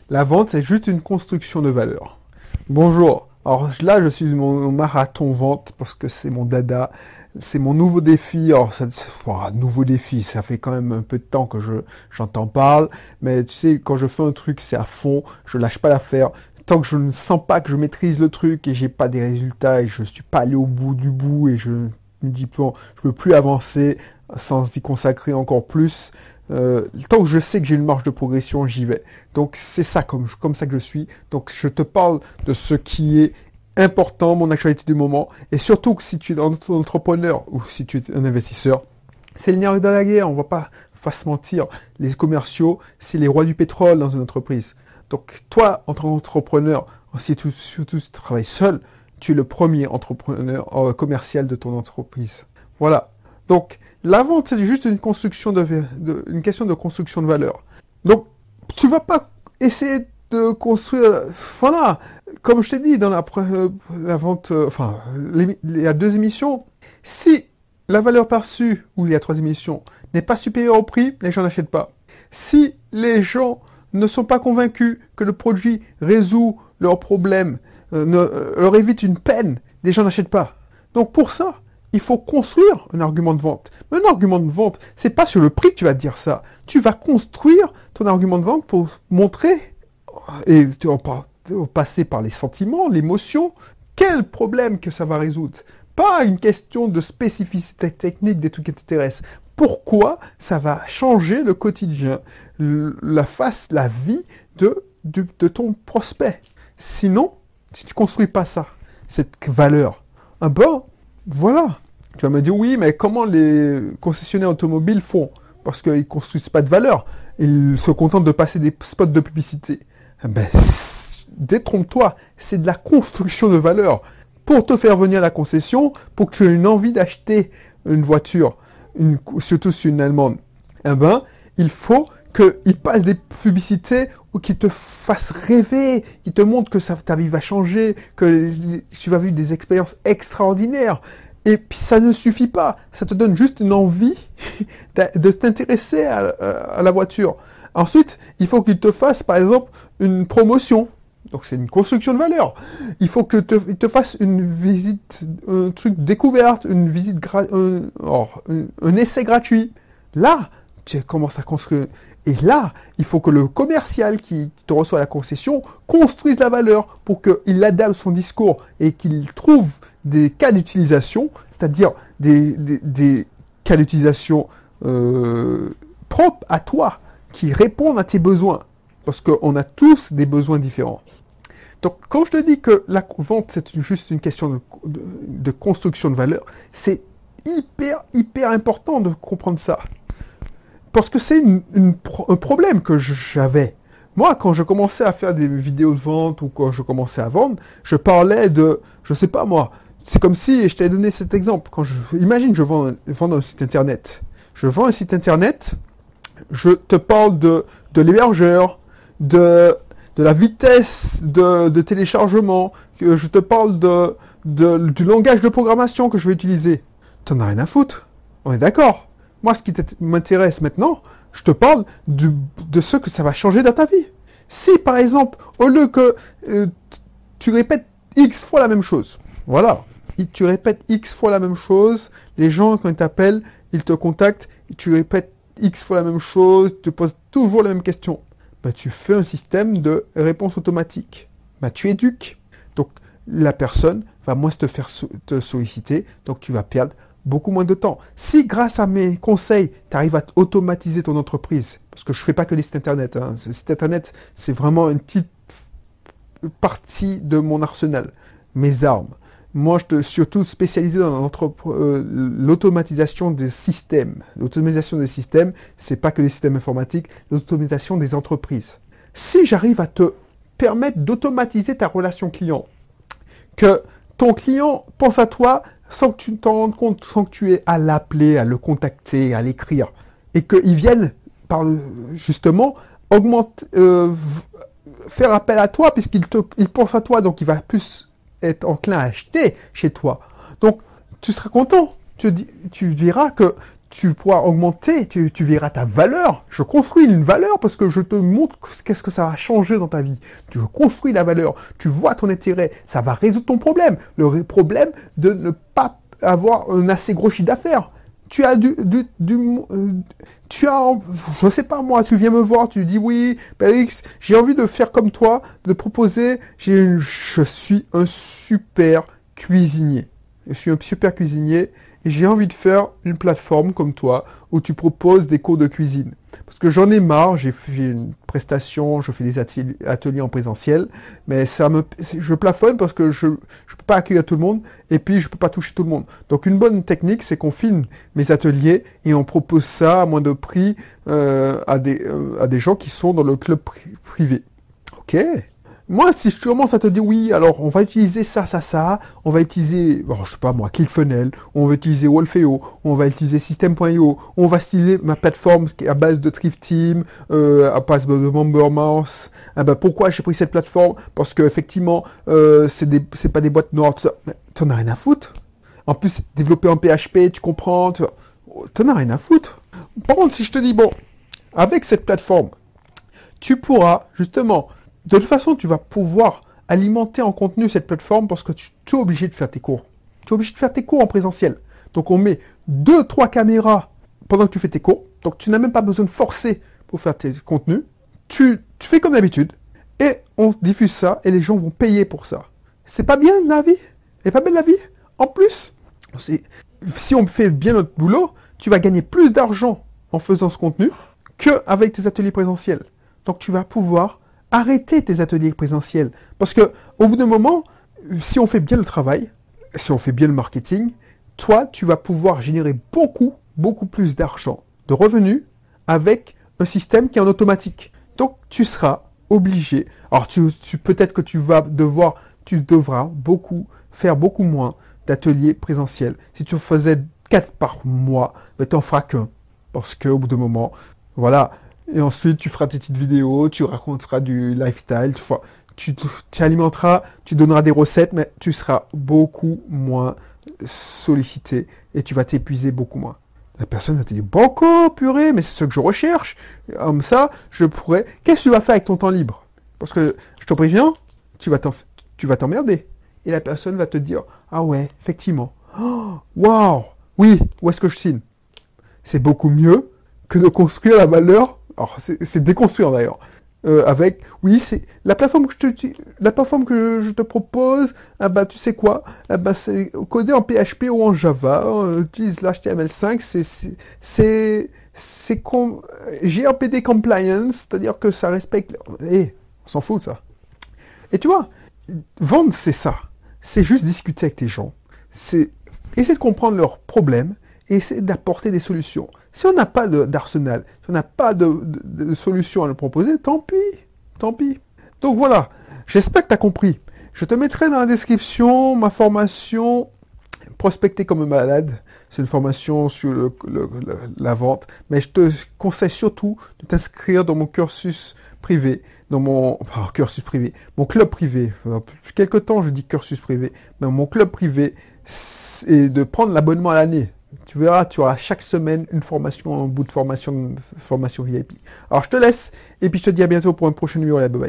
La vente, c'est juste une construction de valeur. Bonjour. Alors là, je suis mon marathon vente parce que c'est mon dada. C'est mon nouveau défi. Alors, nouveau défi, ça fait quand même un peu de temps que j'entends parler. Mais tu sais, quand je fais un truc, c'est à fond. Je lâche pas l'affaire. Tant que je ne sens pas que je maîtrise le truc et j'ai pas des résultats et je suis pas allé au bout du bout et je me dis, bon, je peux plus avancer sans y consacrer encore plus. Tant que je sais que j'ai une marge de progression, j'y vais. Donc c'est ça comme ça que je suis. Donc je te parle de ce qui est important, mon actualité du moment, et surtout que si tu es un entrepreneur ou si tu es un investisseur, c'est le nerf de la guerre, on va pas se mentir. Les commerciaux, c'est les rois du pétrole dans une entreprise. Donc toi, en tant qu'entrepreneur, surtout si tu travailles seul, tu es le premier entrepreneur commercial de ton entreprise. Voilà. Donc la vente, c'est juste une construction une question de construction de valeur. Donc tu vas pas essayer de construire. Voilà, comme je t'ai dit dans la vente, il y a 2 émissions. Si la valeur perçue, ou il y a 3 émissions, n'est pas supérieure au prix, les gens n'achètent pas. Si les gens ne sont pas convaincus que le produit résout leurs problèmes, leur évite une peine, les gens n'achètent pas. Donc pour ça, il faut construire un argument de vente. Mais un argument de vente, c'est pas sur le prix que tu vas dire ça. Tu vas construire ton argument de vente pour montrer, et tu vas passer par les sentiments, l'émotion, quel problème que ça va résoudre. Pas une question de spécificité technique des trucs qui t'intéressent. Pourquoi ça va changer le quotidien, la vie de ton prospect. Sinon, si tu construis pas ça, cette valeur, voilà. Tu vas me dire, oui, mais comment les concessionnaires automobiles font? Parce qu'ils ne construisent pas de valeur. Ils se contentent de passer des spots de publicité. Détrompe-toi, c'est de la construction de valeur. Pour te faire venir à la concession, pour que tu aies une envie d'acheter une voiture, surtout si une allemande, il faut qu'ils passent des publicités ou qu'ils te fassent rêver, qu'ils te montrent que ta vie va changer, que tu vas vivre des expériences extraordinaires. Et puis ça ne suffit pas, ça te donne juste une envie de t'intéresser à la voiture. Ensuite, il faut qu'ils te fassent par exemple une promotion. Donc c'est une construction de valeur. Il faut qu'ils te fassent une visite, un truc découverte, une visite, un essai gratuit. Là, tu commences à construire. Et là, il faut que le commercial qui te reçoit à la concession construise la valeur pour qu'il adapte son discours et qu'il trouve des cas d'utilisation, c'est-à-dire des cas d'utilisation propres à toi, qui répondent à tes besoins. Parce qu'on a tous des besoins différents. Donc, quand je te dis que la vente, c'est juste une question de construction de valeur, c'est hyper important de comprendre ça. Parce que c'est un problème que j'avais. Moi, quand je commençais à faire des vidéos de vente ou quand je commençais à vendre, je parlais de, je sais pas moi, c'est comme si je t'ai donné cet exemple. Imagine, je vends un site internet. Je vends un site internet, je te parle de l'hébergeur, de la vitesse de téléchargement, je te parle du langage de programmation que je vais utiliser. T'en as rien à foutre. On est d'accord. Moi, ce qui m'intéresse maintenant, je te parle de ce que ça va changer dans ta vie. Si, par exemple, au lieu que tu répètes X fois la même chose, voilà, tu répètes X fois la même chose, les gens, quand ils t'appellent, ils te contactent, tu répètes X fois la même chose, tu te poses toujours les mêmes questions. Tu fais un système de réponse automatique. Tu éduques. Donc, la personne va moins te solliciter, donc tu vas perdre beaucoup moins de temps. Si, grâce à mes conseils, tu arrives à automatiser ton entreprise, parce que je ne fais pas que des sites internet, hein. Ce site internet, c'est vraiment une petite partie de mon arsenal, mes armes. Moi, je suis surtout spécialisé dans l'automatisation des systèmes. L'automatisation des systèmes, c'est pas que les systèmes informatiques, l'automatisation des entreprises. Si j'arrive à te permettre d'automatiser ta relation client, que ton client pense à toi sans que tu t'en rendes compte, sans que tu aies à l'appeler, à le contacter, à l'écrire, et qu'il vienne justement faire appel à toi puisqu'il pense à toi, donc il va plus être enclin à acheter chez toi. Donc, tu seras content. Tu diras que tu pourras augmenter, tu verras ta valeur. Je construis une valeur parce que je te montre qu'est-ce que ça va changer dans ta vie. Tu construis la valeur, tu vois ton intérêt, ça va résoudre ton problème. Le problème de ne pas avoir un assez gros chiffre d'affaires. Tu as je sais pas moi, tu viens me voir, tu dis oui, X, j'ai envie de faire comme toi, de proposer, je suis un super cuisinier. Je suis un super cuisinier et j'ai envie de faire une plateforme comme toi où tu proposes des cours de cuisine. Parce que j'en ai marre, j'ai une prestation, je fais des ateliers en présentiel, mais je plafonne parce que je peux pas accueillir tout le monde et puis je peux pas toucher tout le monde. Donc une bonne technique, c'est qu'on filme mes ateliers et on propose ça à moins de prix à des gens qui sont dans le club privé. Ok. Moi, si je commence à te dire oui, alors on va utiliser ça, on va utiliser, je sais pas moi, ClickFunnels, on va utiliser Wolfeo, on va utiliser System.io, on va utiliser ma plateforme qui est à base de Thrift Team, à base de MemberMouse. Pourquoi j'ai pris cette plateforme? Parce que effectivement, c'est pas des boîtes noires, tout ça. Mais t'en as rien à foutre. En plus, c'est développé en PHP, tu comprends, t'en as rien à foutre. Par contre, si je te dis bon, avec cette plateforme, tu pourras justement de toute façon, tu vas pouvoir alimenter en contenu cette plateforme parce que tu es obligé de faire tes cours. Tu es obligé de faire tes cours en présentiel. Donc, on met 2-3 caméras pendant que tu fais tes cours. Donc, tu n'as même pas besoin de forcer pour faire tes contenus. Tu fais comme d'habitude et on diffuse ça et les gens vont payer pour ça. C'est pas bien la vie? C'est pas belle la vie? En plus, si on fait bien notre boulot, tu vas gagner plus d'argent en faisant ce contenu qu'avec tes ateliers présentiels. Donc, tu vas pouvoir arrêter tes ateliers présentiels. Parce que, au bout d'un moment, si on fait bien le travail, si on fait bien le marketing, toi, tu vas pouvoir générer beaucoup plus d'argent, de revenus, avec un système qui est en automatique. Donc, tu seras obligé. Alors, peut-être que tu devras faire beaucoup moins d'ateliers présentiels. Si tu faisais 4 par mois, tu n'en feras qu'un. Parce qu'au bout d'un moment, voilà. Et ensuite, tu feras tes petites vidéos, tu raconteras du lifestyle, tu alimenteras, tu donneras des recettes, mais tu seras beaucoup moins sollicité et tu vas t'épuiser beaucoup moins. La personne va te dire, banco, purée, mais c'est ce que je recherche. Comme ça, je pourrais... Qu'est-ce que tu vas faire avec ton temps libre? Parce que, je te préviens, tu vas t'emmerder. Et la personne va te dire, ah ouais, effectivement. Oh, waouh, oui, où est-ce que je signe? C'est beaucoup mieux que de construire la valeur. Alors, c'est déconstruire d'ailleurs. Oui, c'est la plateforme que je te propose. Tu sais quoi? C'est codé en PHP ou en Java. On utilise l'HTML5. C'est GRPD compliance, c'est-à-dire que ça respecte. On s'en fout de ça. Et tu vois, vendre, c'est ça. C'est juste discuter avec tes gens. C'est essayer de comprendre leurs problèmes et essayer d'apporter des solutions. Si on n'a pas d'arsenal, si on n'a pas de solution à nous proposer, tant pis. Tant pis. Donc voilà, j'espère que tu as compris. Je te mettrai dans la description ma formation Prospecter comme un malade. C'est une formation sur la vente. Mais je te conseille surtout de t'inscrire dans mon cursus privé. Mon club privé. Depuis quelque temps, je dis cursus privé. Mais mon club privé, c'est de prendre l'abonnement à l'année. Tu verras, tu auras chaque semaine une formation, un bout de formation VIP. Alors je te laisse et puis je te dis à bientôt pour un prochain numéro. Bye bye.